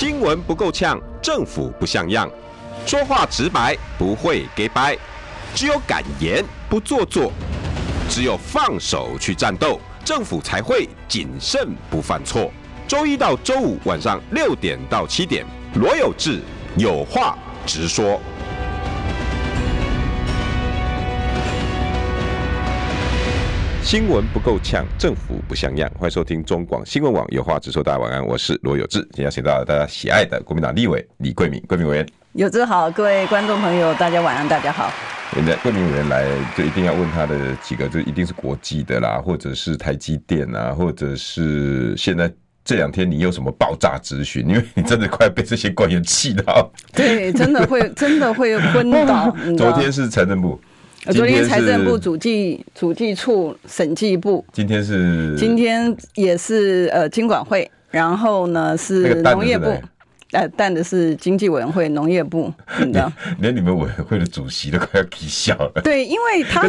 新闻不够呛，政府不像样，说话直白，不会给掰，只有敢言不做作，只有放手去战斗，政府才会谨慎不犯错。周一到周五晚上6点到7点，罗有志有话直说。新闻不够呛，政府不像样。欢迎收听中广新闻网有话直说。大家晚安，我是罗有志。今天邀请到大家喜爱的国民党立委李桂敏，桂敏委员。 有志好，各位观众朋友，大家晚安，大家好。 现在桂敏委员来，就一定要问他的几个，就一定是国际的啦，或者是台积电啊，或者是现在这2天你有什么爆炸质询？因为你真的快被这些官员气到。 对，真的会昏倒。 昨天是财政部。 昨天财政部主计处审计部，今天也是金管会，然后呢是农业部，淡的是经济委员会、农业部，你知道？ 连你们委员会的主席都快要气笑了。 对，因为他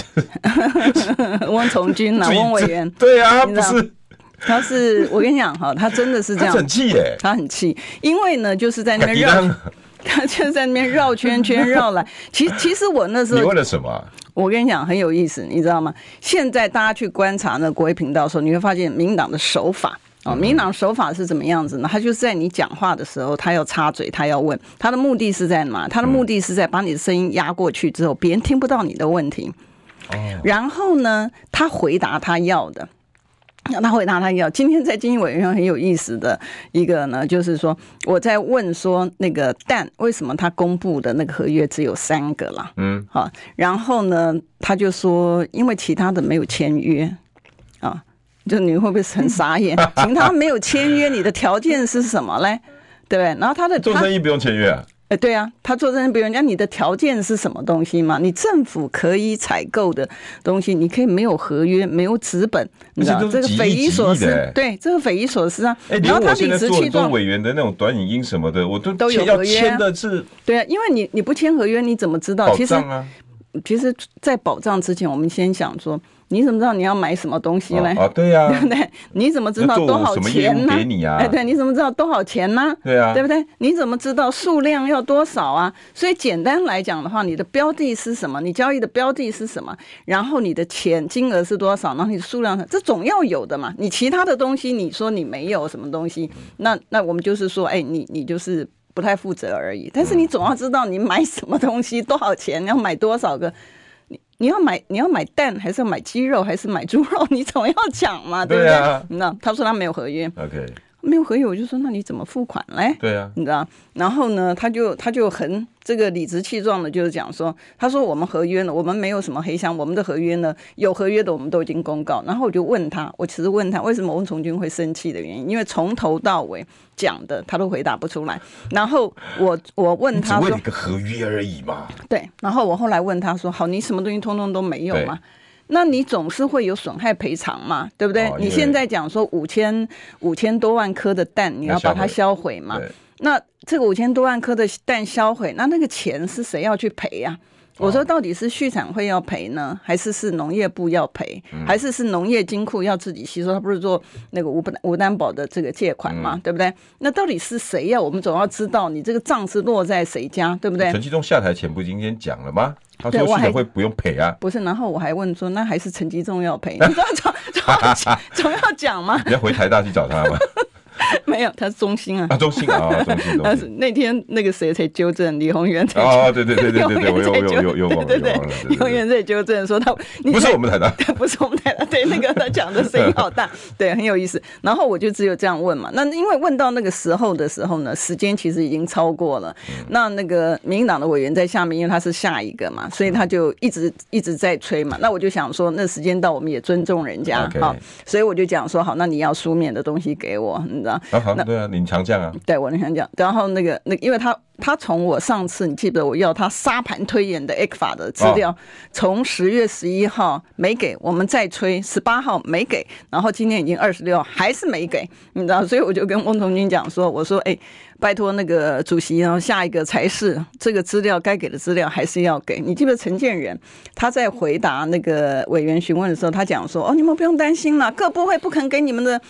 翁从军啊，翁委员， 对啊，不是。 他是我跟你讲哈，他真的是这样， 他很气耶， 他很气，因为呢就是在那边绕。他就在那边绕圈圈绕来，其实我那时候， 你为了什么啊？ 我跟你讲很有意思，你知道吗？现在大家去观察那国会频道的时候，你会发现民进党的手法民进党手法是怎么样子呢？他就是在你讲话的时候，他要插嘴，他要问，他的目的是在哪？他的目的是在把你的声音压过去之后，别人听不到你的问题，然后呢，他回答他要的。他回答他要，今天在经济委员会很有意思的一个呢，就是说我在问说那个蛋为什么他公布的那个合约只有3个啦，好，然后呢他就说因为其他的没有签约啊，就你会不会很傻眼？其他没有签约，你的条件是什么嘞？对不对？然后他的做生意不用签约啊。 对啊，他做生意不用，那你的条件是什么东西嘛？你政府可以采购的东西，你可以没有合约，没有纸本，你知道这个匪夷所思。对，这个匪夷所思啊。然后他理直气壮， 委员的那种短影音什么的，我都有合约签的是。 对啊，因为你不签合约，你怎么知道？ 保障啊。 其实，在保障之前，我们先想说，你怎么知道你要买什么东西呢？ 对呀， 对不对？你怎么知道多少钱呢？ 给你啊？ 对，你怎么知道多少钱呢？ 对啊， 对不对？你怎么知道数量要多少啊？所以简单来讲的话，你的标的是什么？你交易的标的是什么？然后你的金额是多少？然后你的数量，这总要有的嘛。你其他的东西，你说你没有什么东西，那我们就是说，你就是不太负责而已。但是你总要知道你买什么东西，多少钱，要买多少个。你要买蛋，还是要买鸡肉，还是买猪肉？你总要讲嘛，对不对？那他说他没有合约 ，OK， 没有合约，我就说那你怎么付款嘞？ 对啊， 你知道？然后呢，他就很这个理直气壮的，就是讲说，他说我们合约呢，我们没有什么黑箱，我们的合约呢，有合约的我们都已经公告。然后我就问他，我其实问他为什么翁从军会生气的原因，因为从头到尾讲的他都回答不出来。然后我问他说， 只为了一个合约而已嘛。 对，然后我后来问他说，好，你什么东西通通都没有吗？那你总是会有损害赔偿嘛，对不对？你现在讲说5000多万颗的蛋，你要把它销毁嘛？那这个5000多万颗的蛋销毁，那个钱是谁要去赔呀？我说到底是畜产会要赔呢，还是农业部要赔，还是农业金库要自己吸收？他不是做那个无担保的这个借款嘛，对不对？那到底是谁要？我们总要知道你这个账是落在谁家，对不对？ 陈其中下台前不今天讲了吗？他说畜产会不用赔啊， 不是？然后我还问说，那还是陈吉仲要赔？你知道总要讲吗？ 你要回台大去找他吗？ 没有，他是中兴啊， 中兴啊，中兴。 那天那个谁才纠正李鸿源才对，我又忘了， 李鸿源在纠正说他不是我们台大， 不是我们台大，对，那个他讲的声音好大，对，很有意思。然后我就只有这样问嘛，那因为问到那个时候的时候呢，时间其实已经超过了，那个民进党的委员在下面，因为他是下一个嘛，所以他就一直在催嘛。那我就想说，那时间到，我们也尊重人家，好，所以我就讲说，好，那你要书面的东西给我，你知道。 对啊，领强将啊， 对，我领强将。然后那个，因为他从我上次，你记得我要他沙盘推演的 ECFA 的资料，从10月11号没给，我们再催18号没给，然后今天已经26号还是没给，你知道，所以我就跟翁从军讲说，我说拜托那个主席，然后下一个才是这个资料该给的资料还是要给。你记得陈建仁他在回答那个委员询问的时候，他讲说，你们不用担心了，各部会不肯给你们的。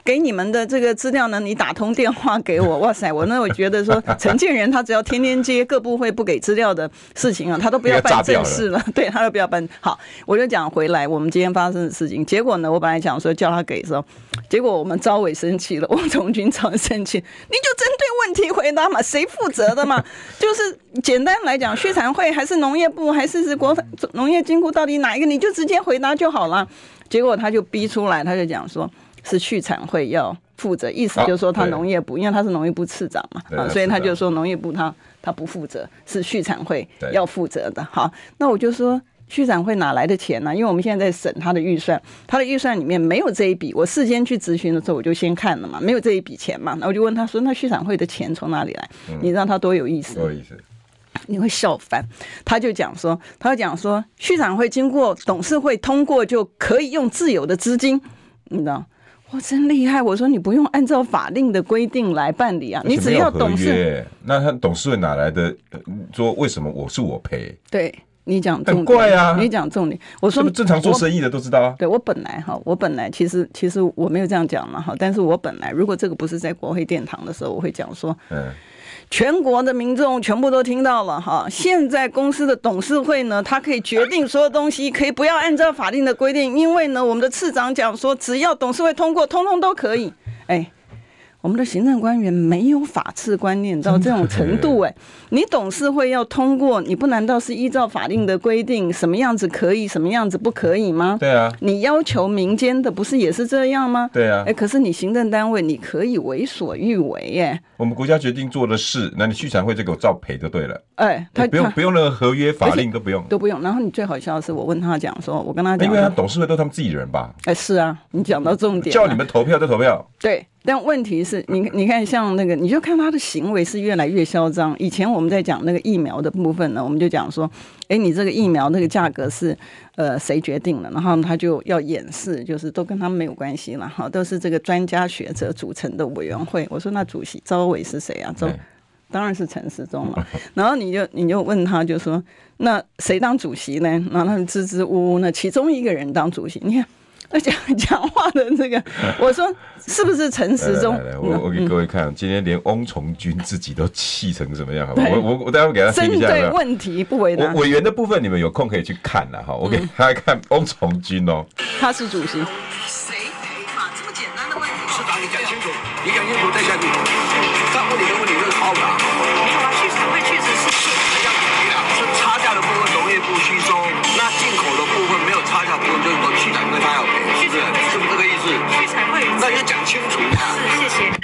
给你们的这个资料呢，你打通电话给我，哇塞，我觉得说陈建仁他只要天天接各部会不给资料的事情啊，他都不要办正事了，对，他都不要办。好，我就讲回来我们今天发生的事情，结果呢，我本来讲说叫他给的时候，结果我们召委生气了，汪从军超生气，你就针对问题回答嘛，谁负责的嘛？就是简单来讲，畜产会还是农业部还是农业金库，到底哪一个，你就直接回答就好了。结果他就逼出来，他就讲说是畜产会要负责，意思就是说他农业部，因为他是农业部次长嘛，所以他就说农业部他不负责，是畜产会要负责的。好，那我就说畜产会哪来的钱呢？因为我们现在在审他的预算，他的预算里面没有这一笔。我事先去咨询的时候，我就先看了嘛，没有这一笔钱嘛。那我就问他说：“那畜产会的钱从哪里来？”你知道他多有意思？多有意思。你会笑翻。他就讲说，畜产会经过董事会通过就可以用自有的资金，你知道。哇，真厉害！我说你不用按照法令的规定来办理啊，你只要董事。 那他董事会哪来的？说为什么我赔？ 对。你讲重点， 很怪啊！ 你讲重点，我说正常做生意的都知道啊。 对，我本来其实我没有这样讲嘛哈，但是我本来如果这个不是在国会殿堂的时候，我会讲说，全国的民众全部都听到了哈。现在公司的董事会呢，他可以决定所有东西，可以不要按照法定的规定，因为呢，我们的次长讲说，只要董事会通过，通通都可以。我们的行政官员没有法治观念到这种程度你董事会要通过，你不难道是依照法令的规定，什么样子可以，什么样子不可以吗？ 对啊， 你要求民间的不是也是这样吗？ 对啊， 可是你行政单位你可以为所欲为我们国家决定做的事，那你畜产会这个我照赔就对了。 他不用任何合约法令都不用。然后你最好笑的是，我问他讲说，我跟他讲， 因为他董事会都是他们自己人吧？ 是啊，你讲到重点， 叫你们投票就投票。 对。但问题是你看像那个，你就看他的行为是越来越嚣张。以前我们在讲那个疫苗的部分呢，我们就讲说，你这个疫苗那个价格是谁决定了？然后他就要掩饰，就是都跟他们没有关系了哈，都是这个专家学者组成的委员会。我说那主席召委是谁啊？当然是陈时中了。然后你就问他，就说那谁当主席呢？然后他们支支吾吾，那其中一个人当主席，你看。讲话的这个，我说是不是陈时中？ 我给各位看，今天连翁从军自己都气成什么样？好不好？我待会给他听一下。 针对问题不回答。 委员的部分你们有空可以去看了哈。我给大家看翁从军哦， 他是主席。 谁赔嘛？这么简单的问题，市长你讲清楚，再下去。他问你的问题就是好答。没有啊，畜产会确实是差价的部分农业部吸收，那进口的部分没有差价部分就是说畜产会他要赔，是不是？是不是这个意思？畜产会，那要讲清楚。是，谢谢。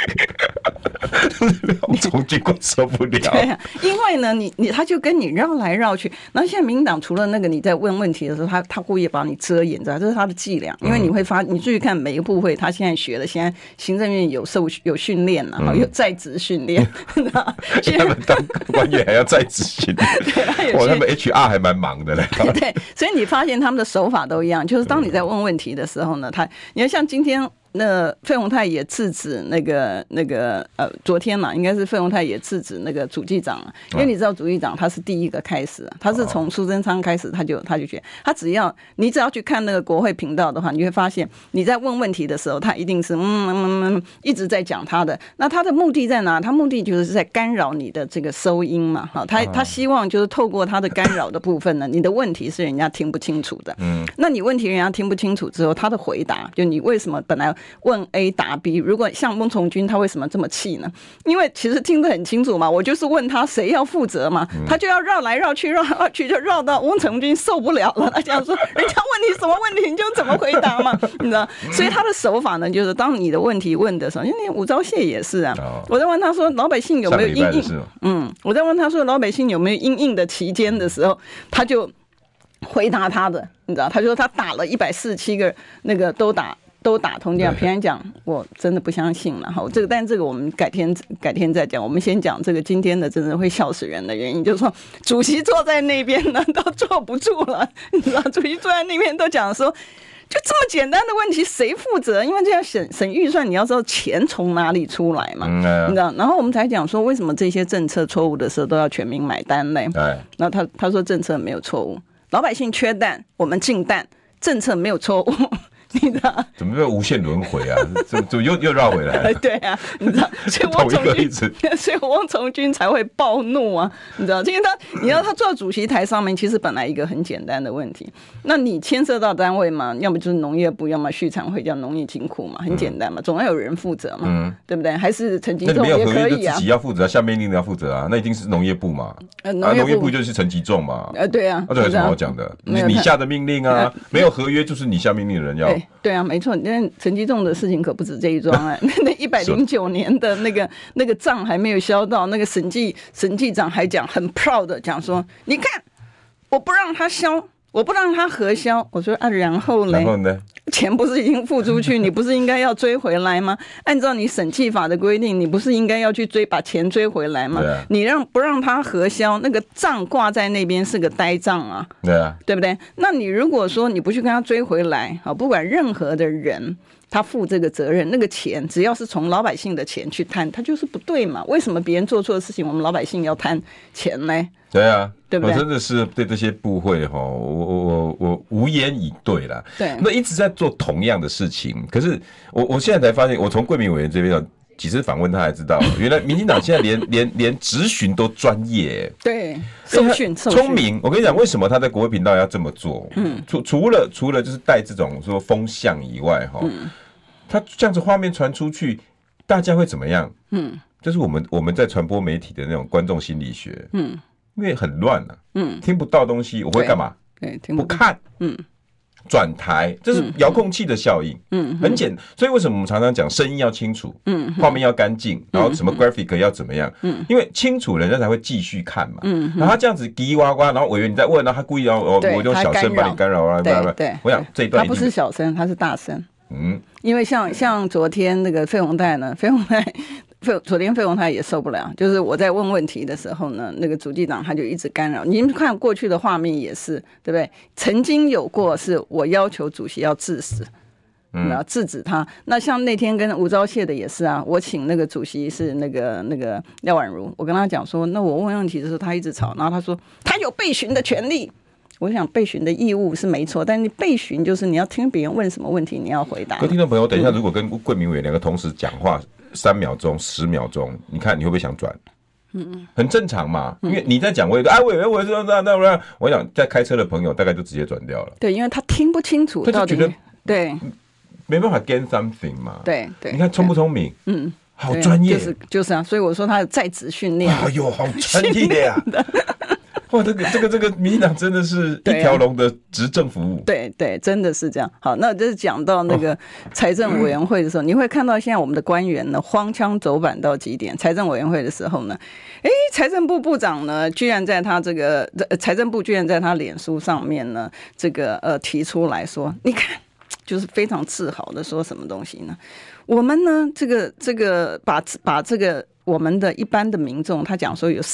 从军官受不了。 对啊，因为呢，他就跟你绕来绕去。然后现在民党除了那个你在问问题的时候，他故意把你遮掩着，这是他的伎俩。因为你会你注意看每一个部会，他现在学的，现在行政院有训练了，有在职训练。 他们当官员还要在职训练，他们 HR 还蛮忙的嘞。 对，所以你发现他们的手法都一样，就是当你在问问题的时候呢，你看像今天。那费鸿泰也制止昨天嘛，应该是费鸿泰也制止那个主计长，因为你知道主计长他是第一个开始，他是从苏贞昌开始，他就觉得他只要去看那个国会频道的话，你会发现你在问问题的时候，他一定是一直在讲他的，那他的目的在哪？他目的就是在干扰你的这个收音嘛，他希望就是透过他的干扰的部分呢，你的问题是人家听不清楚的，那你问题人家听不清楚之后，他的回答就你为什么本来问 A 答 B， 如果像翁从军他为什么这么气呢？因为其实听得很清楚嘛，我就是问他谁要负责嘛，他就要绕来绕去，就绕到翁从军受不了了，他讲说人家问你什么问题你就怎么回答嘛，你知道？所以他的手法呢，就是当你的问题问的时候，因为吴钊燮也是啊，我在问他说老百姓有没有因应，我在问他说老百姓有没有因应的期间的时候，他就回答他的，你知道？他就说他打了147个那个都打通电话，平安讲，我真的不相信了哈。但这个我们改天再讲。我们先讲这个今天的真的会笑死人的原因，就是说主席坐在那边呢都坐不住了，你知道？主席坐在那边都讲说，就这么简单的问题谁负责？因为这样审预算，你要知道钱从哪里出来嘛，你知道？然后我们才讲说，为什么这些政策错误的时候都要全民买单呢？然后他说政策没有错误，老百姓缺蛋，我们进蛋，政策没有错误。 你知道？ 怎么会无限轮回啊？怎么又绕回来了？ 对啊，你知道，所以汪从军才会暴怒啊，你知道？因为你要他坐到主席台上面，其实本来一个很简单的问题，那你牵涉到单位嘛，要么就是农业部，要么畜产会叫农业金库嘛，很简单嘛，总要有人负责嘛，对不对？还是陈吉仲也可以啊， 自己要负责，下命令的要负责啊，那一定是农业部嘛，农业部就是陈吉仲嘛， 对啊， 这有什么好讲的？你下的命令啊，没有合约就是你下命令的人要。 对啊，没错，因为陈吉仲的事情可不止这一桩啊，那109年的那个账还没有销到，那个审计长还讲很 proud 的讲说，你看我不让他销，我不让他核销，我说啊，然后呢？钱不是已经付出去，你不是应该要追回来吗？按照你审计法的规定，你不是应该要去把钱追回来吗？你不让他核销，那个账挂在那边是个呆账啊，对不对？那你如果说你不去跟他追回来，不管任何的人，他负这个责任，那个钱只要是从老百姓的钱去贪，他就是不对嘛？为什么别人做错的事情，我们老百姓要贪钱呢？ 对啊， 对不对？ 我真的是对这些部会我无言以对啦。 对， 那一直在做同样的事情，可是我现在才发现，我从桂民委员这边几次访问他才知道，原来民进党现在连质询都专业， 对，受训聪明。我跟你讲，为什么他在国会频道要这么做？除了就是带这种说风向以外，他这样子画面传出去，大家会怎么样？就是我们在传播媒体的那种观众心理学，因为很乱啊，听不到东西，我会干嘛？ 对， 不看，转台，这是遥控器的效应，很简单。所以为什么我们常常讲声音要清楚，画面要干净，然后什么 graphic 要怎么样，因为清楚人家才会继续看嘛。然后他这样子叽叽呱呱，然后委员你在问，然后他故意要我用小声把你干扰啊， 对， 我想这一段他不是小声，他是大声。因为像昨天那个费鸿泰昨天费鸿泰也受不了，就是我在问问题的时候呢，那个主计长他就一直干扰。你们看过去的画面也是，对不对？曾经有过是我要求主席要致死，要制止他。那像那天跟吴钊燮的也是啊，我请那个主席是那个廖婉如，我跟他讲说，那我问问题的时候他一直吵，然后他说他有备询的权利。我想备询的义务是没错，但你备询就是你要听别人问什么问题，你要回答。 各位听众朋友，等一下如果跟桂民委两个同时讲话3秒钟、10秒钟，你看你会不会想转？很正常嘛，因为你在讲，我说那，我想在开车的朋友大概就直接转掉了。 对，因为他听不清楚， 他就觉得对， 没办法 gain something 嘛。 对， 你看聪不聪明？好专业， 就是啊，所以我说他的在职训练， 哎呦，好专业呀！哇，这个民进党真的是一条龙的执政服务。 对，真的是这样。好，那就是讲到那个财政委员会的时候，你会看到现在我们的官员呢荒腔走板到极点。财政委员会的时候呢，财政部部长呢居然在他这个财政部居然在他脸书上面呢这个提出来说，你看，就是非常自豪的说什么东西呢？我们呢这个把这个。我们的一般的民众，他讲说有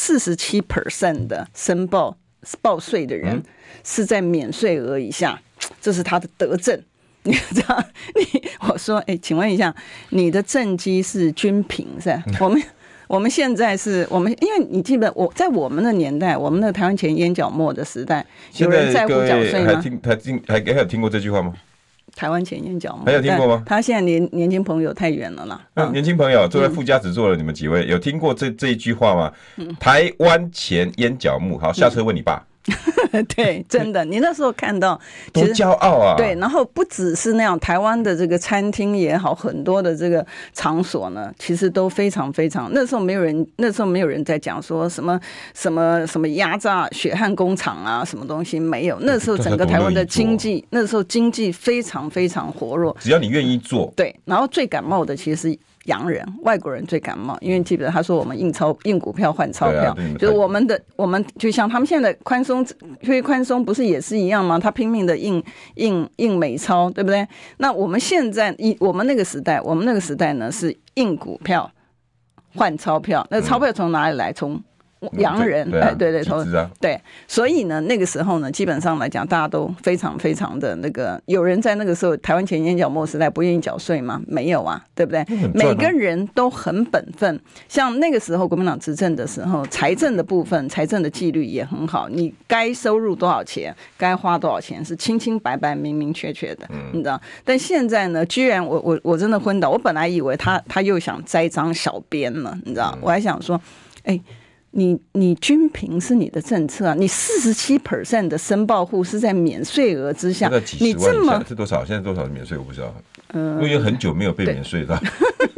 47% 的报税的人是在免税额以下，这是他的德政。你知道？我说，请问一下，你的政绩是均平是吧？我们现在是因为你记得在我们的年代，我们的台湾前烟角末的时代，有人在乎缴税吗？ 还有听过这句话吗？ 台湾前烟角末还有听过吗？ 他现在年轻朋友太远了啦。 年轻朋友坐在副驾驶座的你们几位有听过这一句话吗？台湾前烟角末。好，下车问你爸。 对，真的，你那时候看到多骄傲啊！ 对，然后不只是那样，台湾的这个餐厅也好，很多的这个场所呢，其实都非常非常。那时候没有人在讲说什么压榨血汗工厂啊，什么东西没有。那时候整个台湾的经济，那时候经济非常非常活络， 只要你愿意做。对， 然后最感冒的其实是洋人、外国人最感冒，因为记得他说我们印股票换钞票，就是我们就像他们现在宽松不是也是一样吗？他拼命的印美钞，对不对？那我们现在我们那个时代呢是印股票换钞票，那钞票从哪里来？从洋人，对，对，所以呢，那个时候呢，基本上来讲，大家都非常非常的那个，有人在那个时候台湾前烟角末时代不愿意缴税吗？没有啊，对不对？每个人都很本分。像那个时候国民党执政的时候，财政的部分，财政的纪律也很好，你该收入多少钱，该花多少钱是清清白白、明明确确的，你知道？但现在呢，居然我真的昏倒，我本来以为他又想栽赃小编了，你知道？我还想说，你均评是你的政策啊，你47% 的申报户是在免税额之下， 你这么是多少？现在多少免税我不知道，因为很久没有被免税了。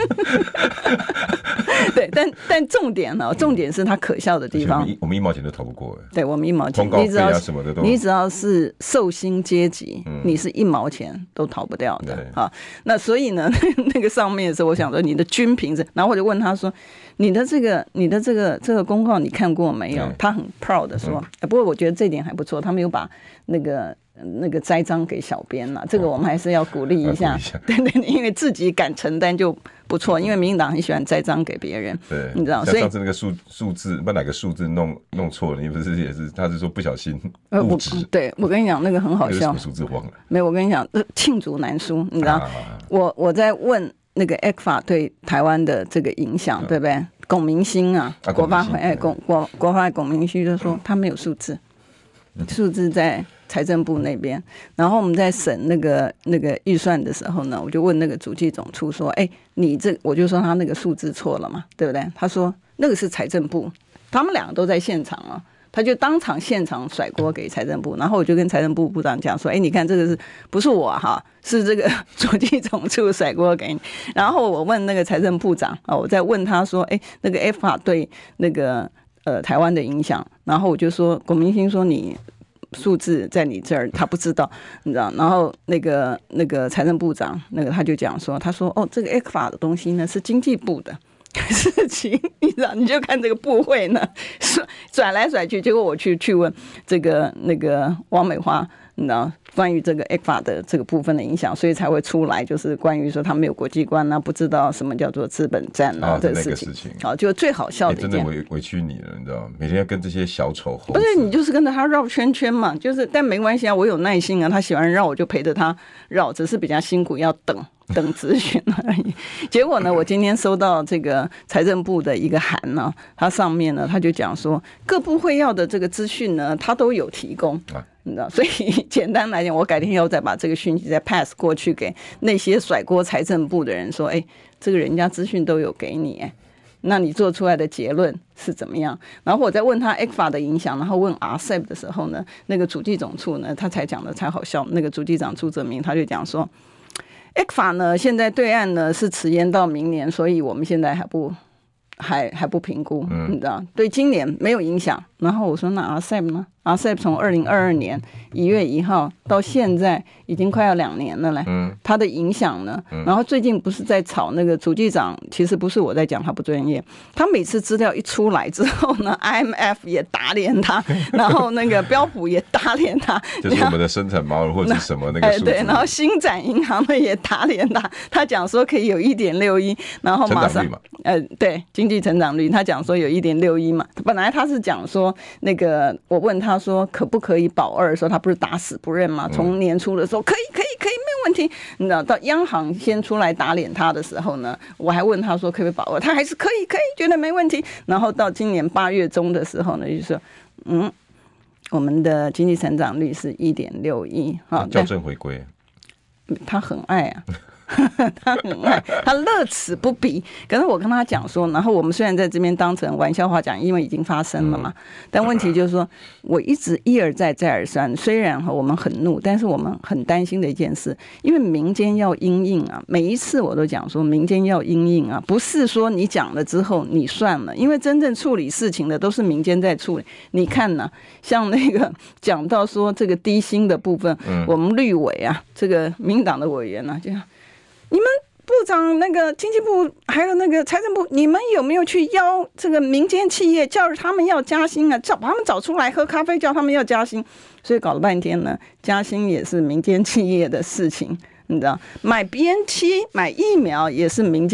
对，但重点呢，重点是它可笑的地方。 我们1毛钱都投不过， 对，我们1毛钱， 通告费啊什么的都， 你只要是受薪阶级，你是1毛钱都逃不掉的啊。那所以呢，那个上面的时候，我想说你的均评是，然后我就问他说，你的这个公告你看过没有？他很 proud 的说，不过我觉得这点还不错，他没有把那个栽赃给小编了，这个我们还是要鼓励一下。对，因为自己敢承担就不错，因为民进党很喜欢栽赃给别人，对，你知道。所以上次那个数字，把哪个数字弄错了，你不是也是？他是说不小心误植。 对，我跟你讲那个很好笑， 什么数字忘了？ 没有，我跟你讲，罄竹难书，你知道。我在问那个 ECFA 对台湾的这个影响，对不对？龚明鑫啊，国发会国发龚明鑫就说他没有数字，数字在财政部那边。然后我们在审那个预算的时候呢，我就问那个主计总处说，你我就说他那个数字错了嘛，对不对？他说那个是财政部，他们两个都在现场啊。他就当场现场甩锅给财政部，然后我就跟财政部部长讲说，你看这个不是我哈，是这个主计总处甩锅给你。然后我问那个财政部长我在问他说，那个 ECFA 对那个台湾的影响，然后我就说龚明鑫说你数字在你这儿，他不知道，你知道？然后那个财政部长他就讲说，他说这个 ECFA 的东西呢是经济部的事情，你知道，你就看这个部会呢甩来甩去，结果我去问这个王美花，你知道关于这个 ECFA 的这个部分的影响，所以才会出来，就是关于说他没有国际观啊，不知道什么叫做资本战啊这个事情，就最好笑的一件， 真的委屈你了，你知道吗？每天要跟这些小丑猴， 不是你就是跟着他绕圈圈嘛，就是但没关系啊，我有耐心啊，他喜欢绕我就陪着他绕，只是比较辛苦，要等咨询而已。结果呢，我今天收到这个财政部的一个函呢，它上面呢他就讲说各部会要的这个资讯呢，他都有提供。你知道，所以简单来讲，我改天要再把这个讯息再 pass 过去给那些甩锅财政部的人说，这个人家资讯都有给你，那你做出来的结论是怎么样？然后我在问他 ECFA 的影响，然后问 RCEP 的时候呢，那个主计总处呢，他才讲的才好笑。那个主计长朱泽明他就讲说 ，ECFA 呢现在对岸呢是迟延到明年，所以我们现在还不评估，你知道，对今年没有影响。然后我说那 RCEP 呢？RCEP 从2022年1月1号到现在已经快要2年了嘞，它的影响呢？然后最近不是在吵那个主计长，其实不是我在讲他不专业，他每次资料一出来之后呢 ，IMF 也打脸他，然后那个标普也打脸他， 就是我们的生产毛额或者是什么那个数字， 对，然后新展银行呢也打脸他，他讲说可以有1.61，然后马上对经济成长率，他讲说有1.61嘛，本来他是讲说那个我问他说可不可以保2的时候，他不是打死不认吗？从年初的时候可以没有问题，你知道到央行先出来打脸他的时候呢，我还问他说可不可以保2，他还是可以觉得没问题。然后到今年8月中的时候呢，就说我们的经济成长率是1.61， 校正回归， 他很爱啊。他很爱，他乐此不疲。可是我跟他讲说，然后我们虽然在这边当成玩笑话讲，因为已经发生了嘛，但问题就是说，我一直一而再再而三，虽然我们很怒，但是我们很担心的一件事，因为民间要因应啊，每一次我都讲说民间要因应啊，不是说你讲了之后你算了，因为真正处理事情的都是民间在处理。你看呢，像那个讲到说这个低薪的部分，我们绿委啊，这个民进党的委员啊，就你们部长那个经济部还有那个财政部，你们有没有去邀这个民间企业叫他们要加薪啊？把他们找出来喝咖啡，叫他们要加薪。所以搞了半天呢，加薪也是民间企业的事情，你知道，买 BNT 买疫苗也是民间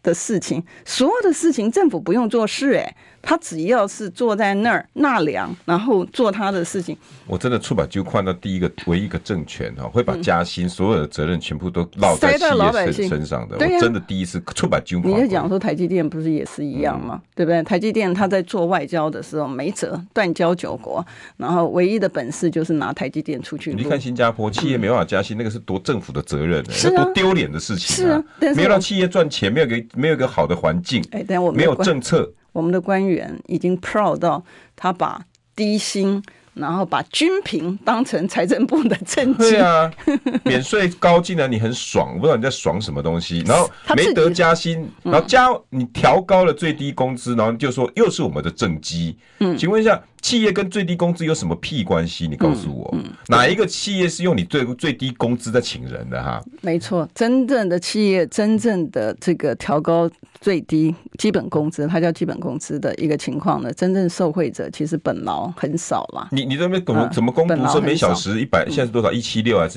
的事情，所有的事情政府不用做事，他只要是坐在那儿纳粮，然后做他的事情。我真的出把就看到唯一一个政权会把加薪所有的责任全部都落在企业身上的。我真的第一次出把就。 你就讲说台积电不是也是一样吗？对不对？台积电他在做外交的时候没辙，断交9国，然后唯一的本事就是拿台积电出去。 你看新加坡企业没办法加薪，那个是多政府的责任，是多丢脸的事情。 是啊， 没有让企业赚钱，没有一个好的环境，没有政策。 我们的官员已经 proud 到他把低薪，然后把均评当成财政部的政绩。 对啊，免税高竟然你很爽，我不知道你在爽什么东西。然后没得加薪，然后你调高了最低工资，然后就说又是我们的政绩。请问一下，企业跟最低工资有什么屁关系？你告诉我，哪一个企业是用你最低工资在请人的哈？ 没错，真正的企业，真正的这个调高最低基本工资，它叫基本工资的一个情况呢，真正受惠者其实本劳很少啦。 你那边怎么工读生每小时100，现在是多少？176还是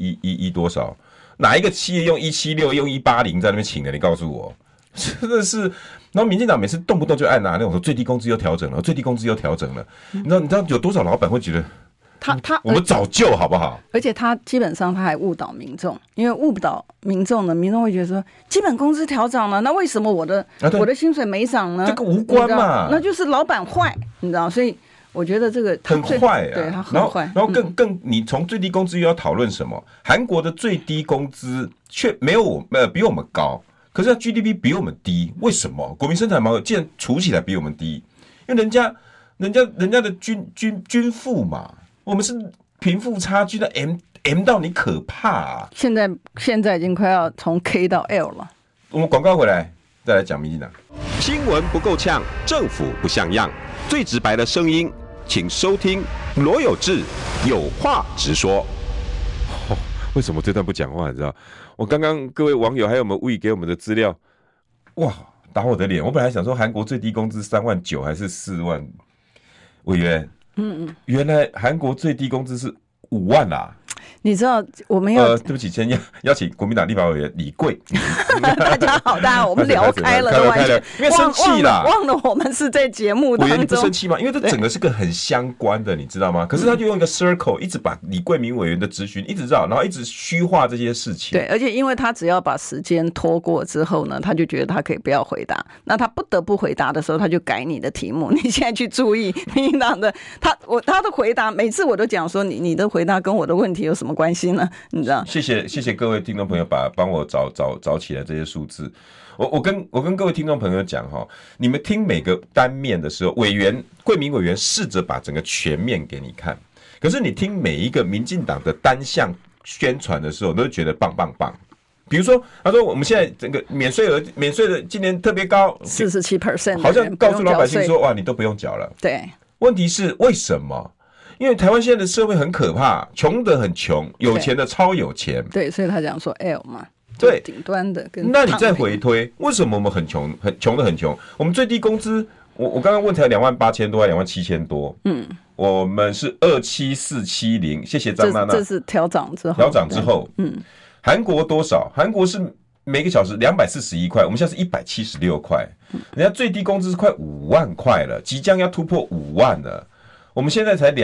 1多少？哪一个企业用176用180在那边请的？你告诉我，真的是。然后民进党每次动不动就按那种说最低工资又调整了，最低工资又调整了。你知道有多少老板会觉得我们早就好不好？ 而且他基本上他还误导民众，因为误导民众呢，民众会觉得说基本工资调涨了，那为什么我的薪水没涨呢？ 这个无关嘛， 那就是老板坏，你知道？所以我觉得这个很坏啊， 对他很坏。 然后更你从最低工资又要讨论什么？韩国的最低工资却没有比我们高。可是它 GDP 比我们低，为什么？国民生产毛额竟然除起来比我们低？因为人家的均富嘛，我们是贫富差距的 M 到你可怕啊！ 现在已经快要从 K 到 L 了。 我们广告回来再来讲民进党。 新闻不够呛，政府不像样，最直白的声音，请收听罗有志有话直说。 为什么这段不讲话？你知道？我刚刚各位网友还有没有喂给我们的资料？哇，打我的脸！我本来想说韩国最低工资3.9万还是4万，委员，原来韩国最低工资是5万啦。 你知道我们要对不起，先邀请国民党立法委员李贵。 大家好，我们聊开了，完全因为生气啦， 忘了我们是在节目当中。 委员你不生气吗？因为这整个是个很相关的，你知道吗？可是他就用一个 circle 一直把李贵明委员的质询一直绕，然后一直虚化这些事情。 对，而且因为他只要把时间拖过之后呢，他就觉得他可以不要回答。那他不得不回答的时候，他就改你的题目。你现在去注意民进党的他的回答，每次我都讲说你的回答跟我的问题有什么关系呢？你知道？谢谢各位听众朋友帮我找起来这些数字。我跟各位听众朋友讲哈，你们听每个单面的时候，贵民委员试着把整个全面给你看。可是你听每一个民进党的单项宣传的时候，都觉得棒棒棒。比如说，他说我们现在整个免税的今年特别高 ，47%， 好像告诉老百姓说哇，你都不用缴了。 对， 问题是为什么？因为台湾现在的社会很可怕，穷的很穷，有钱的超有钱。 对，所以他讲说 L 嘛， 对， 顶端的跟。 那你再回推，为什么我们很穷的很穷？我们最低工资，我刚刚问才28000多，还27000多。我们是27470，谢谢张娜娜。 这是调涨之后。 韩国多少？韩国是每个小时241块，我们现在是176块。人家最低工资是快5万块了，即将要突破5万了。我们现在才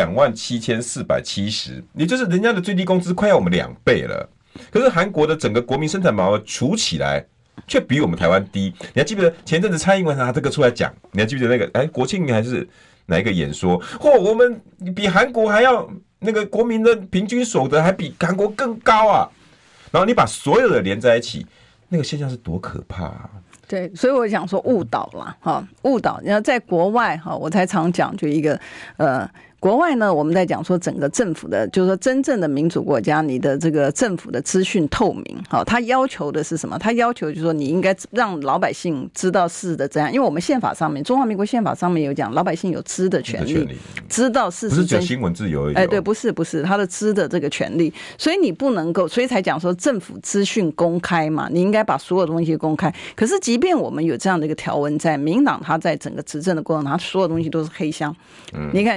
27470，也就是人家的最低工资快要我们2倍了。可是韩国的整个国民生产毛额除起来，却比我们台湾低。你还记不记得前阵子蔡英文拿这个出来讲？你还记不记得那个国庆还是哪一个演说？我们比韩国还要那个国民的平均所得还比韩国更高啊！然后你把所有的连在一起，那个现象是多可怕啊！ 对，所以我想说误导啦，误导。然后在国外我才常讲，就一个国外呢，我们在讲说整个政府的，就是说真正的民主国家，你的这个政府的资讯透明，他要求的是什么？他要求就是说你应该让老百姓知道事的怎样，因为我们宪法上面，中华民国宪法上面有讲，老百姓有知的权利，知道事实， 不是只有新闻自由而已。 对，不是，他的知的这个权利，所以你不能够，所以才讲说政府资讯公开嘛，你应该把所有东西公开。可是即便我们有这样的一个条文在，民党他在整个执政的过程，他所有东西都是黑箱。你看我刚刚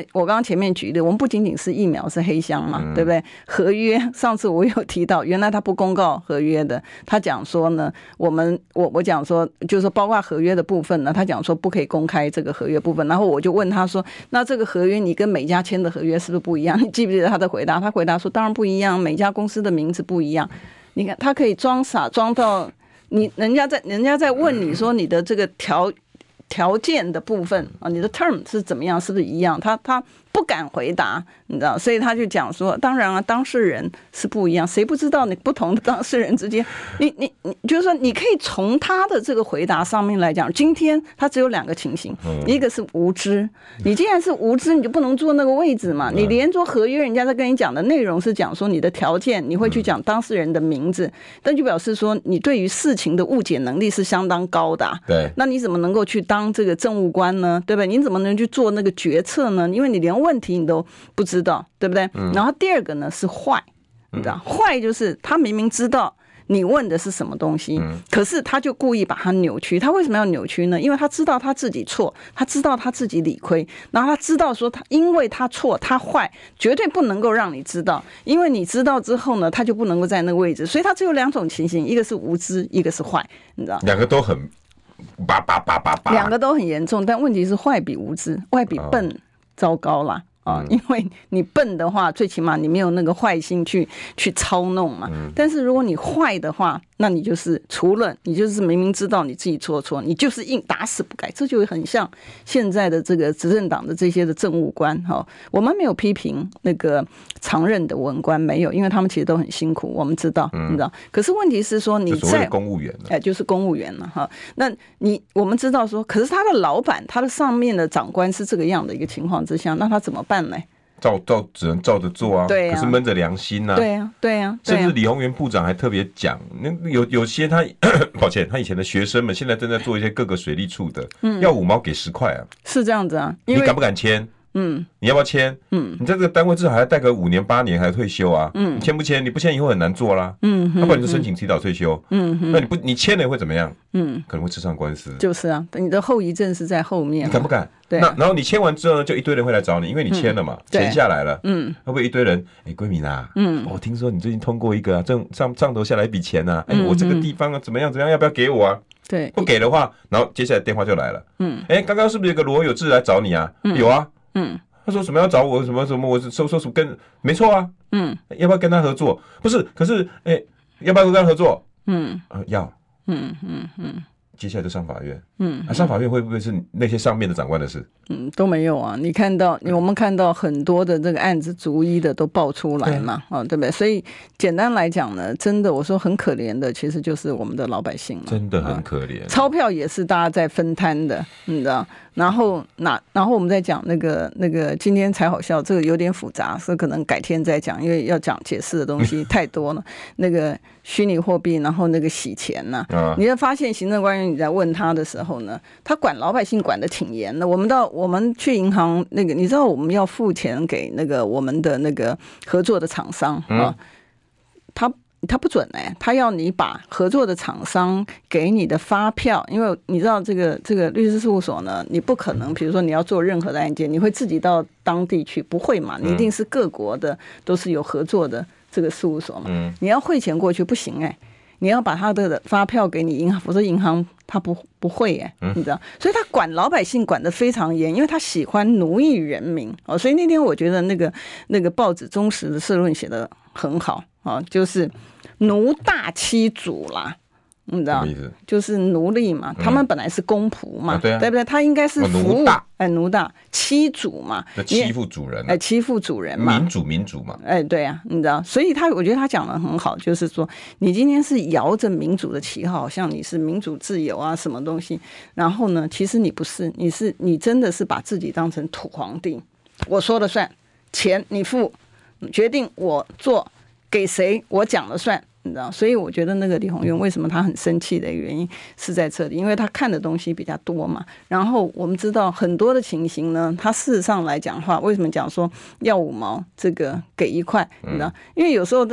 前面举例，我们不仅仅是疫苗是黑箱嘛，对不对？合约上次我有提到，原来他不公告合约的，他讲说呢，我讲说就是说包括合约的部分呢，他讲说不可以公开这个合约部分，然后我就问他说，那这个合约你跟每家签的合约是不是不一样？你记不记得他的回答？他回答说当然不一样，每家公司的名字不一样。你看他可以装傻装到人家在问你说你的这个条件的部分啊，你的 term 是怎么样，是不是一样？他不敢回答，你知道，所以他就讲说，当然啊，当事人是不一样，谁不知道你不同的当事人之间，你就是说，你可以从他的这个回答上面来讲，今天他只有2个情形，一个是无知，你既然是无知，你就不能坐那个位置嘛，你连做合约，人家在跟你讲的内容是讲说你的条件，你会去讲当事人的名字，但就表示说你对于事情的误解能力是相当高的， 对， 那你怎么能够去当这个政务官呢？对不对？你怎么能去做那个决策呢？因为你连问题你都不知道，对不对？然后第二个呢是坏，你知道，坏就是他明明知道你问的是什么东西，可是他就故意把它扭曲。他为什么要扭曲呢？因为他知道他自己错，他知道他自己理亏，然后他知道说因为他错，他坏，绝对不能够让你知道，因为你知道之后呢，他就不能够在那个位置。所以他只有2种情形，一个是无知，一个是坏，你知道， 两个都很两个都很严重，但问题是坏比无知，坏比笨糟糕啦。因为你笨的话，最起码你没有那个坏心去操弄嘛。但是如果你坏的话，那你就是除了你就是明明知道你自己错，你就是硬打死不改，这就很像现在的这个执政党的这些的政务官哈。我们没有批评那个常任的文官，没有，因为他们其实都很辛苦，我们知道，你知道。可是问题是说你在公务员， 就是公务员了哈。那我们知道说，可是他的老板，他的上面的长官是这个样的一个情况之下，那他怎么办呢？ 只能照着做啊，可是闷着良心啊， 对啊， 甚至李鸿源部长还特别讲，那有些他抱歉，他以前的学生们现在正在做一些各个水利处的，要5毛给10块啊， 是这样子啊， 你敢不敢签？你要不要签？你在这个单位至少还要待个5年8年还退休啊，你签不签？你不签以后很难做啦，要不然你就申请提早退休，那你签了会怎么样？可能会吃上官司。 就是啊，你的后遗症是在后面， 你敢不敢？ 对， 然后你签完之后呢，就一堆人会来找你，因为你签了嘛，钱下来了，会不会一堆人？桂敏啊，我听说你最近通过一个啊，上头下来一笔钱啊，我这个地方啊怎么样，要不要给我啊？对，不给的话，然后接下来电话就来了，刚刚是不是有个罗有志来找你啊？有啊，他说什么要找我，什么我说跟没错啊，要不要跟他合作？不是，可是要不要跟他合作？要，接下来就上法院，上法院会不会是那些上面的长官的事？ 都没有啊。我们看到很多的这个案子逐一的都爆出来嘛，对不对？所以简单来讲呢，真的我说很可怜的，其实就是我们的老百姓了， 真的很可怜。 钞票也是大家在分摊的，你知道。然后我们在讲那个今天才好笑，这个有点复杂，所以可能改天再讲，因为要讲解释的东西太多了。那个虚拟货币，然后那个洗钱呢，你会发现行政官员你在问他的时候呢，他管老百姓管得挺严的。我们去银行那个，你知道我们要付钱给那个我们的那个合作的厂商啊，他不准他要你把合作的厂商给你的发票，因为你知道这个律师事务所呢，你不可能，比如说你要做任何的案件，你会自己到当地去，不会嘛？你一定是各国的都是有合作的这个事务所嘛。你要汇钱过去不行你要把他的发票给你银行，否则银行他不会你知道，所以他管老百姓管得非常严，因为他喜欢奴役人民所以那天我觉得那个报纸中时的社论写得很好就是奴大欺主啦。你知道，就是奴隶嘛，他们本来是公仆嘛，对不对？他应该是服务，奴大欺主嘛， 欺负主人， 欺负主人嘛， 民主嘛， 对啊，你知道，所以我觉得他讲得很好，就是说，你今天是摇着民主的旗号，好像你是民主自由啊，什么东西，然后呢，其实你不是，你真的是把自己当成土皇帝，我说了算，钱你付，决定我做给谁，我讲了算。你知道，所以我觉得那个李鸿源为什么他很生气的原因是在这里，因为他看的东西比较多嘛。然后我们知道很多的情形呢，他事实上来讲话，为什么讲说要5毛这个给1块？你知道，因为有时候这个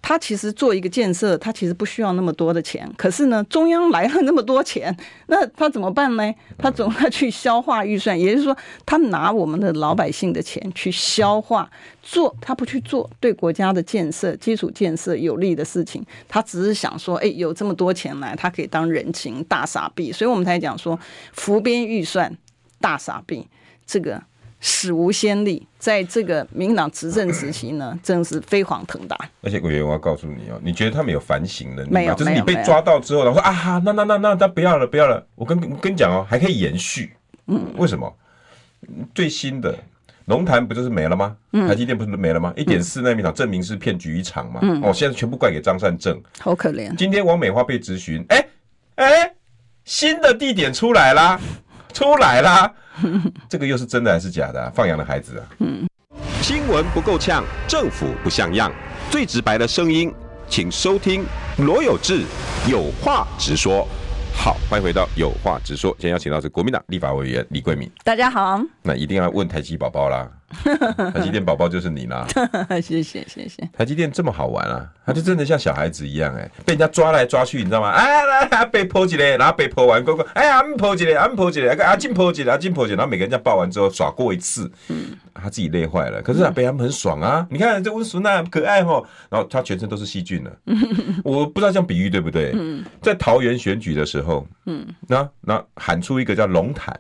他其实做一个建设，他其实不需要那么多的钱，可是呢，中央来了那么多钱，那他怎么办呢？他总要去消化预算，也就是说，他拿我们的老百姓的钱去消化，他不去做对国家的建设、基础建设有利的事情，他只是想说，有这么多钱来，他可以当人情大撒币，所以我们才讲说，浮编预算大撒币，这个史无先例，在这个民进党执政时期呢，真是飞黄腾达。 而且委员，我要告诉你哦，你觉得他们有反省能力吗？ 没有， 就是你被抓到之后，然后说啊，那不要了，不要了。我跟你讲哦，还可以延续。为什么？最新的龙潭不就是没了吗？台积电不是没了吗？1.4奈米厂证明是骗局一场嘛。现在全部怪给张善政， 好可怜。 今天王美花被质询，新的地点出来啦。这个又是真的还是假的啊？放羊的孩子啊！ 新闻不够呛，政府不像样，最直白的声音，请收听罗有志有话直说。好，欢迎回到有话直说。今天邀请到是国民党立法委员李桂敏。 大家好。 那一定要问台积宝宝啦，台积电宝宝就是你啦。 谢谢。 台积电这么好玩啊，他就真的像小孩子一样被人家抓来抓去，你知道吗？来被剖一个，然后被剖完过，剖一个，剖一个，进剖一个，然后每个人家抱完之后耍过一次，他自己累坏了。可是被他们很爽啊！你看这温淑娜可爱吼，然后他全身都是细菌了。我不知道这样比喻对不对？在桃园选举的时候，那喊出一个叫龙潭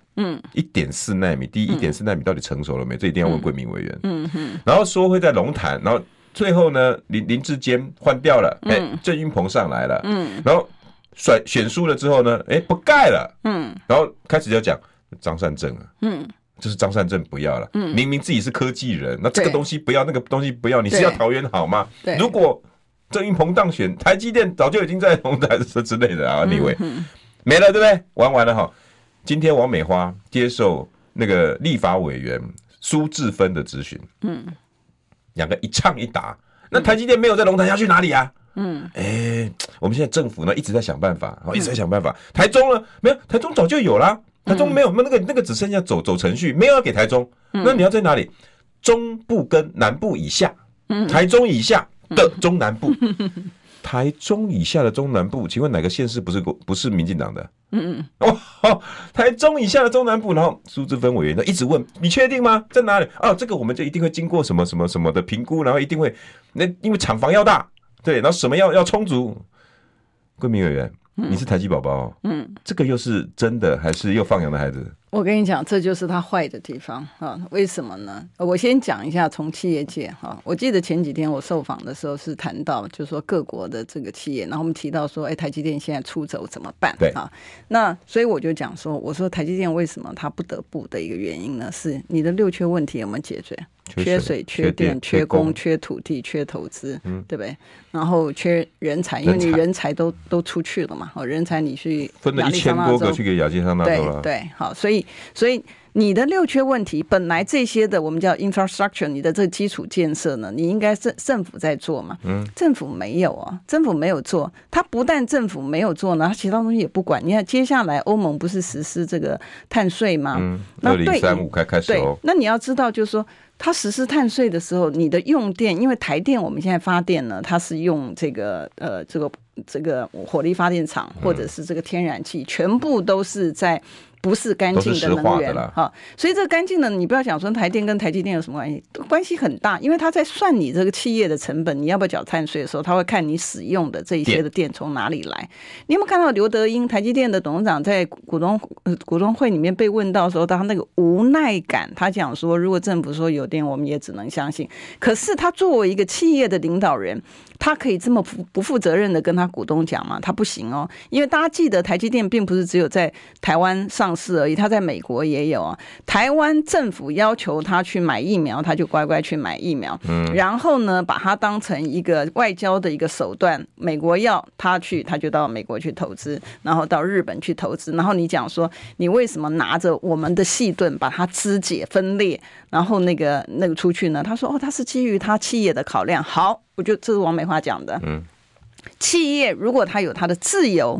，1.4奈米，第一1.4奈米到底成熟了没？这一定要问桂民委员。然后说会在龙潭，然后最后呢，林志坚换掉了，郑运鹏上来了，然后选输了之后呢，不盖了，然后开始要讲张善政啊，就是张善政不要了，明明自己是科技人，那这个东西不要，那个东西不要，你是要桃园好吗？如果郑运鹏当选，台积电早就已经在龙潭之类的啊，你以为没了对不对？玩了哈。今天王美花接受那个立法委员苏治芬的质询，两个一唱一答。那台积电没有在龙潭要去哪里啊？我们现在政府呢一直在想办法，一直在想办法。台中呢没有，台中早就有啦，台中没有，那个只剩下走程序，没有要给台中。那你要在哪里？中部跟南部以下，台中以下的中南部。台中以下的中南部，请问哪个县市不是民进党的？台中以下的中南部，然后苏治芬委员一直问你确定吗？在哪里？这个我们就一定会经过什么什么什么的评估，然后一定会因为厂房要大，对，然后什么要充足。桂民委员，你是台积宝宝，这个又是真的还是又放羊的孩子？ 我跟你讲，这就是他坏的地方啊！为什么呢？我先讲一下从企业界哈。我记得前几天我受访的时候是谈到，就是说各国的这个企业，然后我们提到说，台积电现在出走怎么办？ 对啊，那所以我就讲说，我说台积电为什么它不得不的一个原因呢？是你的6缺问题有没有解决？缺水、缺电、缺工、缺土地、缺投资，对不对？然后缺人才，因为你人才都出去了嘛，人才你去分了1000多个去给亚利桑那州了， 对，好，所以你的6缺问题，本来这些的我们叫 infrastructure， 你的这个基础建设呢，你应该是政府在做嘛，政府没有啊，政府没有做，他不但政府没有做呢，他其他东西也不管。你看接下来欧盟不是实施这个碳税吗 ？2035开始哦。 那你要知道就是说，它实施碳税的时候，你的用电，因为台电我们现在发电呢，它是用这个火力发电厂或者是这个天然气，全部都是在不是干净的能源哈，所以这个干净的，你不要讲说台电跟台积电有什么关系，关系很大，因为他在算你这个企业的成本，你要不要缴碳税的时候，他会看你使用的这一些的电从哪里来。你有没有看到刘德英台积电的董事长在股东会里面被问到的时候，他那个无奈感，他讲说，如果政府说有电，我们也只能相信。可是他作为一个企业的领导人，他可以这么不负责任的跟他股东讲吗？他不行哦，因为大家记得台积电并不是只有在台湾上市而已，他在美国也有啊。台湾政府要求他去买疫苗，他就乖乖去买疫苗，然后呢，把它当成一个外交的一个手段。美国要他去，他就到美国去投资，然后到日本去投资。然后你讲说，你为什么拿着我们的细盾把它肢解分裂，然后那个出去呢？他说他是基于他企业的考量。好，我觉得这是王美花讲的。企业如果他有他的自由，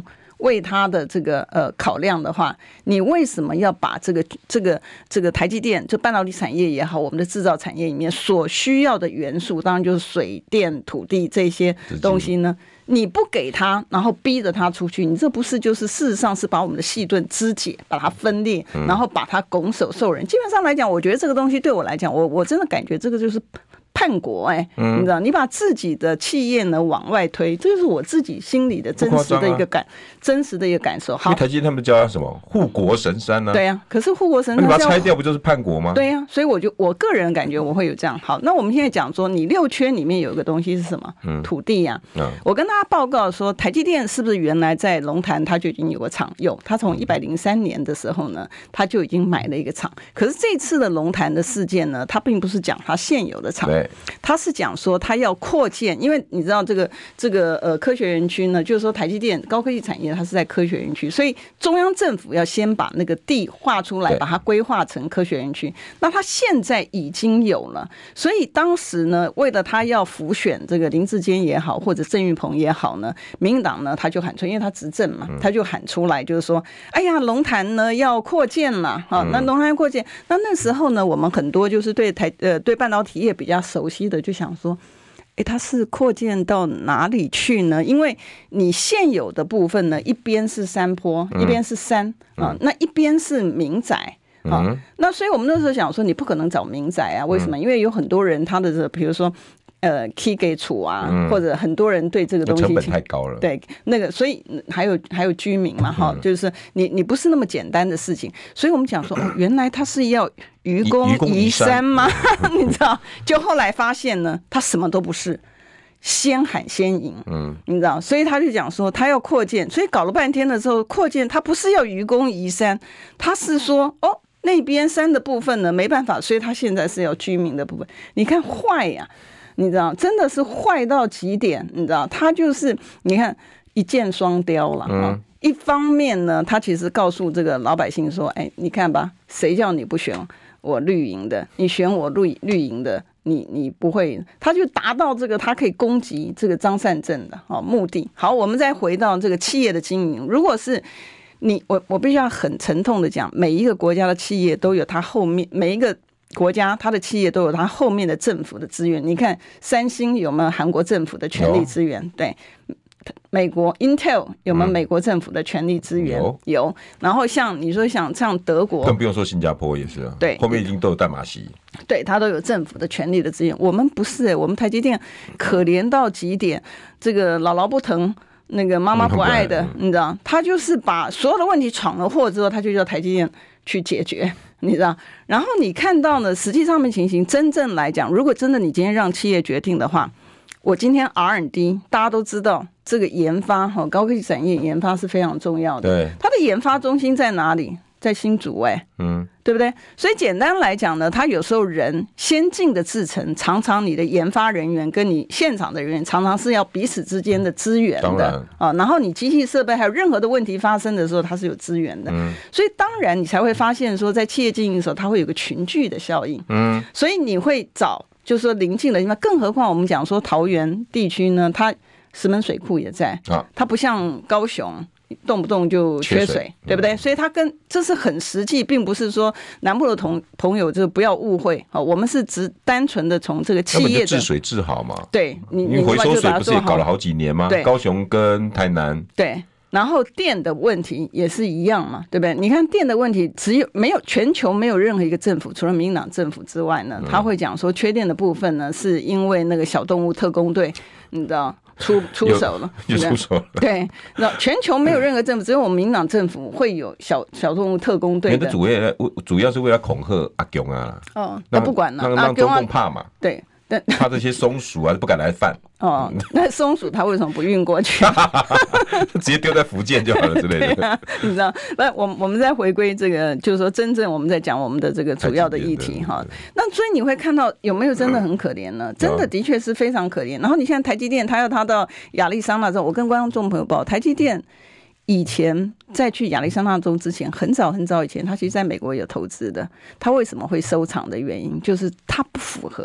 为他的这个考量的话，你为什么要把这个台积电就半导体产业也好，我们的制造产业里面所需要的元素，当然就是水电土地这些东西呢？你不给他，然后逼着他出去，你这不是就是事实上是把我们的细盾肢解，把它分裂，然后把它拱手授人。基本上来讲，我觉得这个东西对我来讲，我真的感觉这个就是叛国你知道，你把自己的企业呢往外推，这就是我自己心里的真实的一个真实的一个感受。好， 因为台积电他们叫它什么护国神山呢？ 对啊，可是护国神山你把它拆掉，不就是叛国吗？ 对啊，所以我个人感觉我会有这样。好，那我们现在讲说，你6圈里面有一个东西是什么？土地啊。我跟大家报告说，台积电是不是原来在龙潭它就已经有个厂？有，它从103年的时候呢，它就已经买了一个厂。可是这次的龙潭的事件呢，它并不是讲它现有的厂。他是讲说他要扩建，因为你知道这个科学园区呢，就是说台积电高科技产业它是在科学园区，所以中央政府要先把那个地划出来，把它规划成科学园区。那他现在已经有了，所以当时呢，为了他要辅选这个林智坚也好，或者郑运鹏也好呢，民进党呢他就喊出，因为他执政嘛，他就喊出来就是说，哎呀，龙潭呢要扩建了，那龙潭扩建，那时候呢，我们很多就是对半导体业比较熟悉的。就想说，它是扩建到哪里去呢？因为你现有的部分呢，一边是山坡，一边是山那一边是民宅那所以我们那时候想说，你不可能找民宅啊？为什么？因为有很多人他的比如说。key 给处啊，或者很多人对这个东西成本太高了， 对那个，所以还有居民嘛，就是你不是那么简单的事情，所以我们讲说，原来他是要愚公移山吗？你知道，就后来发现呢，他什么都不是。先喊先赢，你知道，所以他就讲说他要扩建，所以搞了半天的时候，扩建他不是要愚公移山，他是说那边山的部分呢没办法，所以他现在是要居民的部分。你看坏呀！你知道，真的是坏到极点，你知道，他就是你看一箭双雕了一方面呢，他其实告诉这个老百姓说，你看吧，谁叫你不选我绿营的，你选我绿营的，你不会，他就达到这个他可以攻击这个张善政的目的。好，我们再回到这个企业的经营，如果是我必须要很沉痛的讲，每一个国家的企业都有它后面每一个。国家它的企业都有它后面的政府的资源，你看三星有没有韩国政府的权力资源？对，美国 Intel 有没有美国政府的权力资源？有。然后像你说像德国， 更不用说新加坡也是啊，对，后面已经都有淡马锡， 对，它都有政府的权力的资源。我们不是我们台积电可怜到极点，这个姥姥不疼。那个妈妈不爱的，你知道，他就是把所有的问题闯了祸之后，他就叫台积电去解决，你知道。然后你看到呢，实际上面情形，真正来讲，如果真的你今天让企业决定的话，我今天 R&D 大家都知道，这个研发高科技产业研发是非常重要的。对，它的研发中心在哪里？在新竹对不对？所以简单来讲呢，它有时候人先进的制程，常常你的研发人员跟你现场的人员常常是要彼此之间的资源的然后你机器设备还有任何的问题发生的时候，它是有资源的所以当然你才会发现说，在企业经营的时候，它会有个群聚的效应所以你会找就是说邻近的地方，更何况我们讲说桃园地区呢，它石门水库也在它不像高雄动不动就缺水，对不对？所以它这是很实际，并不是说南部的朋友就不要误会我们是只单纯的从这个企业的治水治好嘛。 对， 你回收水不是也搞了好几年吗？高雄跟台南。 对，然后电的问题也是一样嘛，对不对？你看电的问题，全球没有任何一个政府，除了民进党政府之外呢，他会讲说缺电的部分呢，是因为那个小动物特工队，你知道。出手了， 就出手了。 对，那全球没有任何政府，只有我们民进党政府会有小动物特工队的。 主要是为了恐吓阿公啊。 那不管了， 让中共怕嘛。 对。 怕这些松鼠啊不敢来犯那松鼠它为什么不运过去？ 直接丢在福建就好了之类的你知道？那我们再回归这个，就是说真正我们在讲我们的这个主要的议题那所以你会看到有没有真的很可怜呢？真的的确是非常可怜。然后你现在台积电，它到亚利桑那州，我跟观众朋友报，台积电以前在去亚利桑那州之前，很早很早以前，他其实在美国有投资的。他为什么会收藏的原因，就是他不符合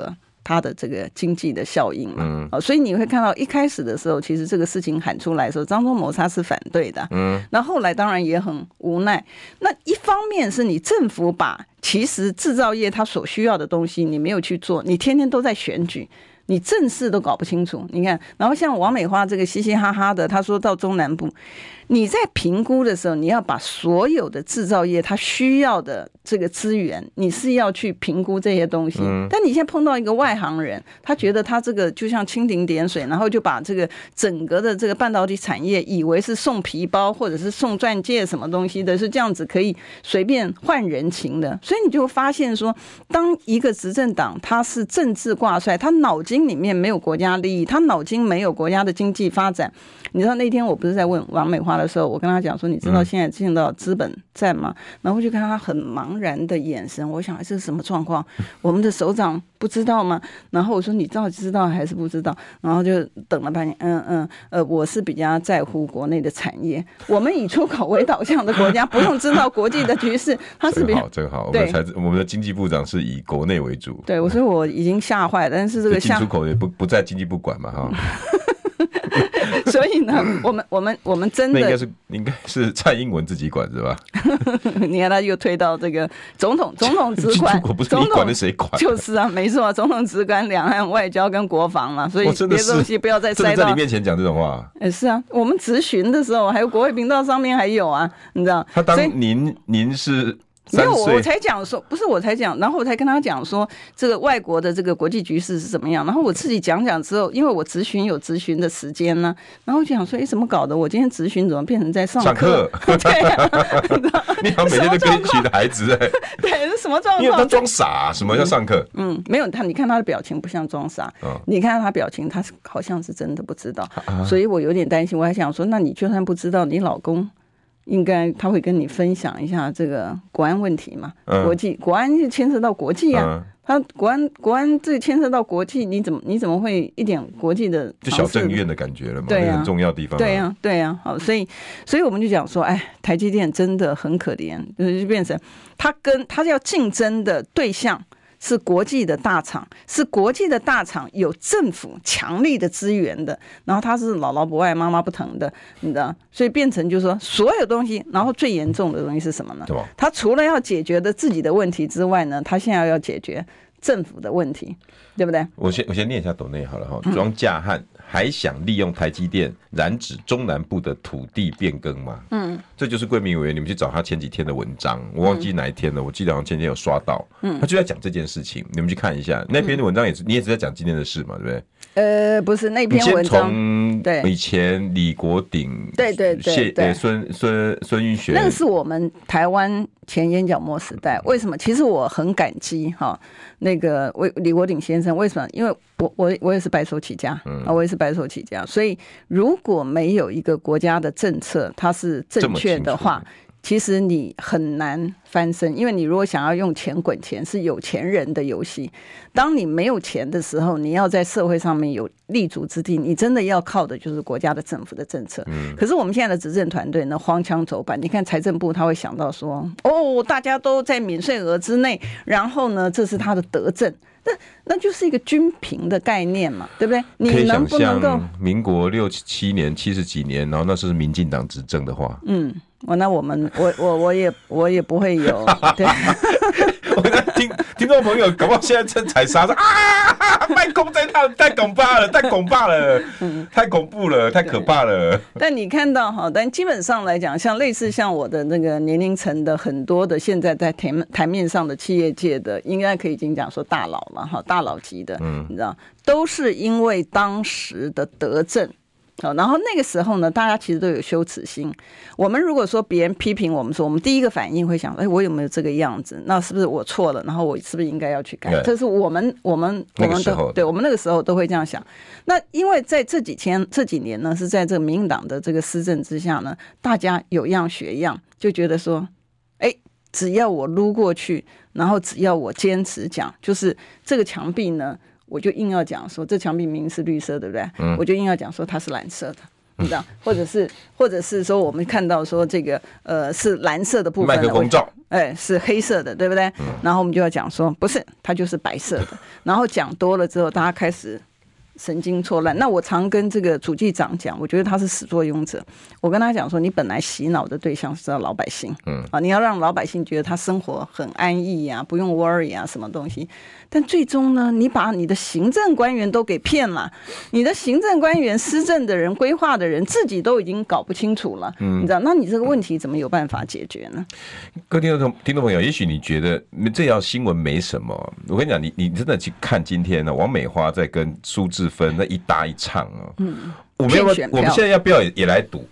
它的这个经济的效应嘛。所以你会看到一开始的时候，其实这个事情喊出来的时候，张忠谋他是反对的。那后来当然也很无奈。那一方面是你政府把其实制造业它所需要的东西你没有去做，你天天都在选举。你正事都搞不清楚，你看，然后像王美花这个嘻嘻哈哈的，他说到中南部，你在评估的时候，你要把所有的制造业它需要的这个资源，你是要去评估这些东西。但你现在碰到一个外行人，他觉得他这个就像蜻蜓点水，然后就把这个整个的这个半导体产业以为是送皮包或者是送钻戒什么东西的，是这样子可以随便换人情的。所以你就发现说，当一个执政党他是政治挂帅，他脑筋里面没有国家利益，他脑筋没有国家的经济发展。你知道那天我不是在问王美花的时候，我跟他讲说，你知道现在进到资本战吗？然后就看他很茫然的眼神，我想这是什么状况？我们的首长不知道吗？然后我说你到底知道还是不知道？然后就等了半年，我是比较在乎国内的产业，我们以出口为导向的国家，不用知道国际的局势。他是比较这个好，我们的经济部长是以国内为主。 对，所以我已经吓坏了，但是这个进出口也不在经济部管嘛，哈。 所以呢，我们真的应该是蔡英文自己管是吧？ 你看他又推到这个总统直管， 不是你管的谁管？ 就是啊，没错啊，总统直管两岸外交跟国防嘛，所以别的东西不要再塞到在你面前讲这种话。 是啊，我们质询的时候，还有国会频道上面还有啊，你知道？ 他当您是。 没有，我才讲说，不是我才讲，然后我才跟他讲说，这个外国的这个国际局势是怎么样。然后我自己讲之后，因为我质询有质询的时间呢，然后我就想说，怎么搞的？我今天质询怎么变成在上课？对啊， 你好，每天都跟你取的孩子对，是什么状况？ 因为他装傻，什么叫上课？ 没有你看他的表情不像装傻，你看他表情，他好像是真的不知道，所以我有点担心。我还想说，那你就算不知道，你老公。应该他会跟你分享一下这个国安问题嘛？国安就牵涉到国际啊，他国安这牵涉到国际，你怎么会一点国际的就小政院的感觉了嘛？ 对啊， 很重要的地方。 对啊，好，所以我们就讲说，台积电真的很可怜，就变成他要竞争的对象。是国际的大厂，有政府强力的资源的，然后他是姥姥不爱妈妈不疼的，你知道，所以变成就是说所有东西，然后最严重的东西是什么呢？他除了要解决的自己的问题之外呢，他现在要解决政府的问题，对不对？ 我先念一下斗内好了哈，庄稼汉还想利用台积电染指中南部的土地变更吗？这就是桂民委员，你们去找他前几天的文章，我忘记哪一天了，我记得好像前天有刷到，他就在讲这件事情，你们去看一下那篇的文章你也是在讲今天的事嘛，对不对？ 不是那篇文章， 对，以前李国鼎， 对， 孙运璇， 那个是我们台湾前演讲末时代。为什么？其实我很感激哈，那个李国鼎先生，为什么？因为我也是白手起家，我也是白手起家，所以如果没有一个国家的政策它是正确的话，其实你很难翻身，因为你如果想要用钱滚钱，是有钱人的游戏。当你没有钱的时候，你要在社会上面有立足之地，你真的要靠的就是国家的政府的政策。可是我们现在的执政团队呢，荒腔走板。你看财政部他会想到说，大家都在免税额之内，然后呢，这是他的德政。那就是一个均平的概念嘛，对不对？你能不能够民国67年70几年，然后那是民进党执政的话， 那我也不会有对。 我跟听众朋友，搞不好现在正踩刹车啊！卖公这套太恐怖了，太恐怖了，太恐怖了，太可怕了。 但你看到哈，但基本上来讲，类似像我的那个年龄层的很多的现在在台面上的企业界的，应该可以已经讲说大佬了哈，大佬级的，你知道，都是因为当时的德政。然后那个时候呢，大家其实都有羞耻心。我们如果说别人批评我们说，我们第一个反应会想，我有没有这个样子？那是不是我错了？然后我是不是应该要去改？这是我们都对，我们那个时候都会这样想。那因为在这几年呢，是在这个民进党的这个施政之下呢，大家有样学样，就觉得说，只要我撸过去，然后只要我坚持讲，就是这个墙壁呢。我就硬要讲说，这墙壁明明是绿色，对不对？我就硬要讲说它是蓝色的，你知道？或者是说，我们看到说这个是蓝色的部分， 麦克风罩， 是黑色的，对不对？然后我们就要讲说，不是，它就是白色的。然后讲多了之后，大家开始神经错乱。那我常跟这个主计长讲，我觉得他是始作俑者。我跟他讲说，你本来洗脑的对象是老百姓，你要让老百姓觉得他生活很安逸啊，不用 worry 啊，什么东西。但最终呢，你把你的行政官员都给骗了，你的行政官员、施政的人、规划的人自己都已经搞不清楚了，你知道？那你这个问题怎么有办法解决呢？ 各位听众朋友，也许你觉得这条新闻没什么，我跟你讲，你真的去看今天呢，王美花在跟苏志芬那一搭一唱啊，我们现在要不要也来赌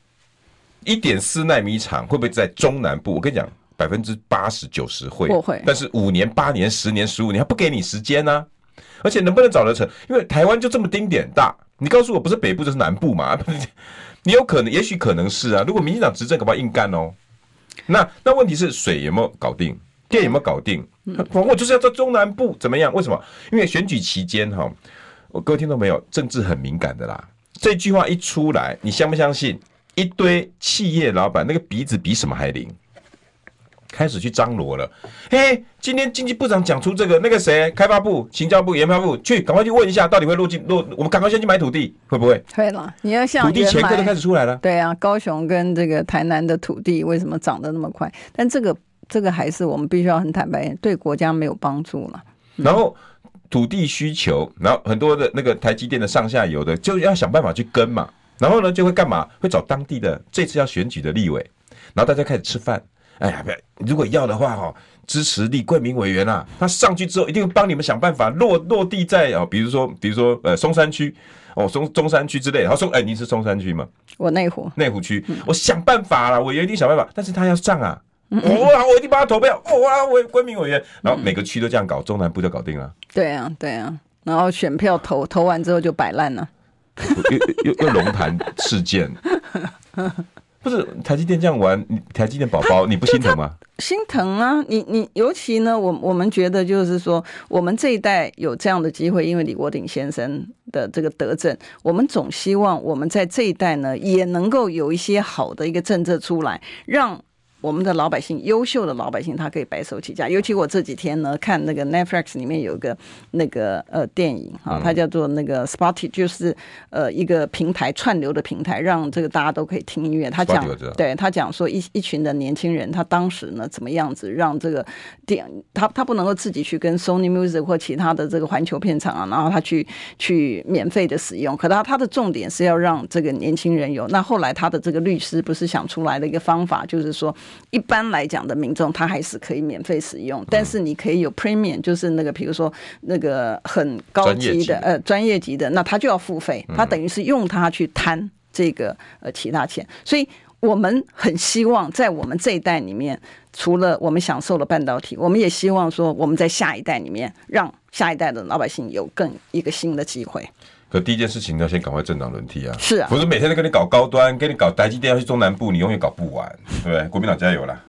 1.4奈米厂会不会在中南部？我跟你讲。80%、90%会，但是5年、8年、10年、15年，他不给你时间啊！而且能不能找得成？因为台湾就这么丁点大，你告诉我不是北部就是南部嘛？你有可能，也许可能是啊。如果民进党执政，搞不好硬干哦。那问题是水有没有搞定？电有没有搞定？我就是要在中南部怎么样？为什么？因为选举期间哈，各位听众朋友，政治很敏感的啦。这句话一出来，你相不相信？一堆企业老板那个鼻子比什么还灵？开始去张罗了，今天经济部长讲出这个，那个谁，开发部、行销部、研发部赶快去问一下，到底会落，我们赶快先去买土地，会不会？ 会了，你要像土地前科都开始出来了。 对啊，高雄跟这个台南的土地为什么涨得那么快？但这个还是我们必须要很坦白，对国家没有帮助了。 然后土地需求，然后很多的那个台积电的上下游的，就要想办法去跟嘛。然后呢，就会干嘛？会找当地的这次要选举的立委，然后大家开始吃饭。哎呀，如果要的话支持立桂民委员啊，他上去之后一定会帮你们想办法落地在比如说松山区中山区之类的。然后你是松山区吗？ 我内湖区，我想办法啦，我一定想办法，但是他要上啊，我一定帮他投票，我桂民委员，然后每个区都这样搞，中南部就搞定了。对啊， 然后选票投完之后就摆烂了， 又龙潭事件。不是台积电这样玩，台积电宝宝你不心疼吗？ 心疼啊！你尤其呢，我们觉得就是说，我们这一代有这样的机会，因为李国鼎先生的这个德政，我们总希望我们在这一代呢，也能够有一些好的一个政策出来，让我们的老百姓，优秀的老百姓，他可以白手起家。尤其我这几天呢，看那个 Netflix 里面有一个电影它叫做那个 Spotify， 就是一个平台串流的平台，让这个大家都可以听音乐。他讲，对，他讲说一群的年轻人，他当时呢怎么样子让这个他不能够自己去跟 Sony Music 或其他的这个环球片厂啊，然后他去免费的使用。可他的重点是要让这个年轻人有。那后来他的这个律师不是想出来的一个方法，就是说。一般来讲的民众他还是可以免费使用，但是你可以有 premium， 就是那个比如说那个很高级的专业级的，那他就要付费，他等于是用它去摊这个其他钱。所以我们很希望在我们这一代里面，除了我们享受了半导体，我们也希望说我们在下一代里面让下一代的老百姓有更一个新的机会。 可第一件事情要先赶快政党轮替啊！ 是啊， 不是每天都跟你搞高端，跟你搞台积电要去中南部，你永远搞不完，对不对？国民党加油啦！